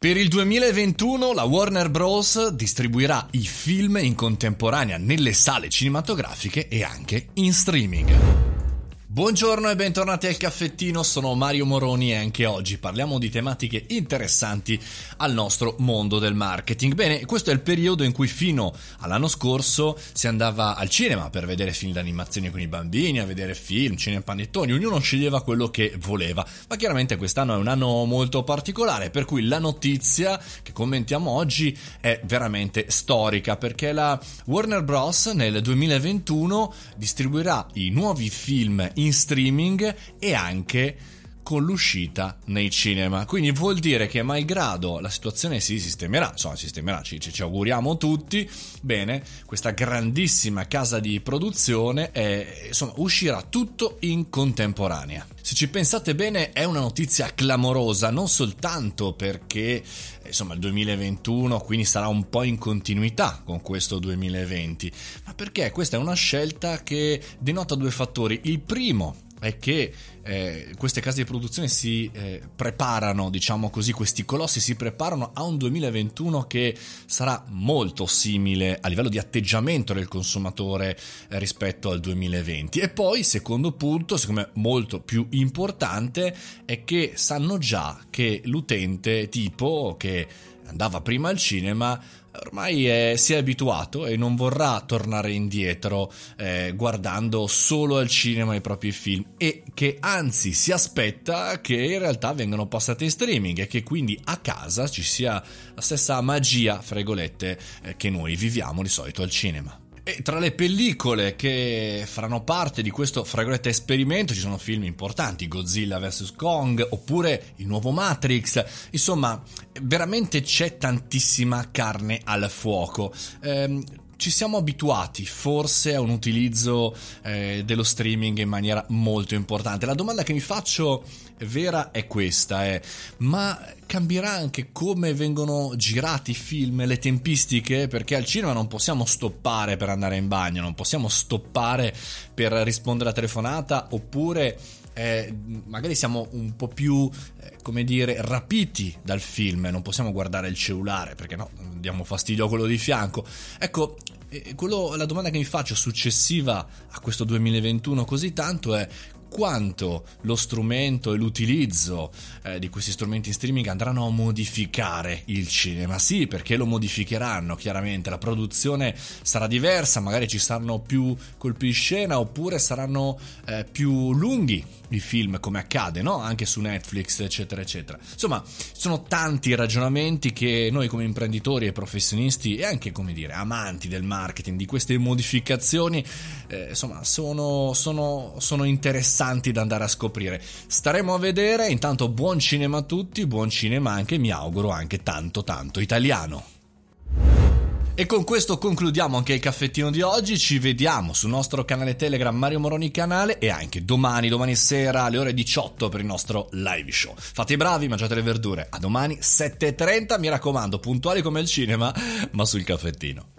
Per il 2021 la Warner Bros. Distribuirà i film in contemporanea nelle sale cinematografiche e anche in streaming. Buongiorno e bentornati al caffettino, sono Mario Moroni e anche oggi parliamo di tematiche interessanti al nostro mondo del marketing. Bene, questo è il periodo in cui fino all'anno scorso si andava al cinema per vedere film d'animazione con i bambini, a vedere film, cinepanettoni, ognuno sceglieva quello che voleva, ma chiaramente quest'anno è un anno molto particolare, per cui la notizia che commentiamo oggi è veramente storica, perché la Warner Bros. Nel 2021 distribuirà i nuovi film in streaming e anche con l'uscita nei cinema. Quindi vuol dire che malgrado la situazione si sistemerà, ci auguriamo tutti, bene, questa grandissima casa di produzione uscirà tutto in contemporanea. Se ci pensate bene è una notizia clamorosa, non soltanto perché il 2021 quindi sarà un po' in continuità con questo 2020, ma perché questa è una scelta che denota due fattori. Il primo è che queste case di produzione si preparano, diciamo così, questi colossi si preparano a un 2021 che sarà molto simile a livello di atteggiamento del consumatore rispetto al 2020. E poi, secondo punto, secondo me molto più importante, è che sanno già che l'utente tipo che andava prima al cinema ormai si è abituato e non vorrà tornare indietro guardando solo al cinema i propri film, e che anzi si aspetta che in realtà vengano passati in streaming e che quindi a casa ci sia la stessa magia, fra virgolette, che noi viviamo di solito al cinema. E tra le pellicole che faranno parte di questo, fra virgolette, esperimento ci sono film importanti, Godzilla vs Kong oppure il nuovo Matrix. Insomma, veramente c'è tantissima carne al fuoco. Ci siamo abituati forse a un utilizzo dello streaming in maniera molto importante. La domanda che mi faccio vera è questa, ma cambierà anche come vengono girati i film, le tempistiche? Perché al cinema non possiamo stoppare per andare in bagno, non possiamo stoppare per rispondere alla telefonata, oppure magari siamo un po' più rapiti dal film, non possiamo guardare il cellulare perché no, diamo fastidio a quello di fianco. Ecco, la domanda che mi faccio successiva a questo 2021 così tanto è: quanto lo strumento e l'utilizzo di questi strumenti in streaming andranno a modificare il cinema? Sì, perché lo modificheranno, chiaramente la produzione sarà diversa, magari ci saranno più colpi di scena oppure saranno più lunghi i film, come accade, no? Anche su Netflix, eccetera eccetera. Insomma, sono tanti ragionamenti che noi come imprenditori e professionisti e anche, amanti del marketing, di queste modificazioni, sono interessanti da andare a scoprire. Staremo a vedere. Intanto buon cinema a tutti, buon cinema anche, mi auguro, anche tanto italiano. E con questo concludiamo anche il caffettino di oggi. Ci vediamo sul nostro canale Telegram Mario Moroni Canale e anche domani sera alle ore 18 per il nostro live show. Fate i bravi, mangiate le verdure. A domani 7:30, mi raccomando, puntuali come il cinema, ma sul caffettino.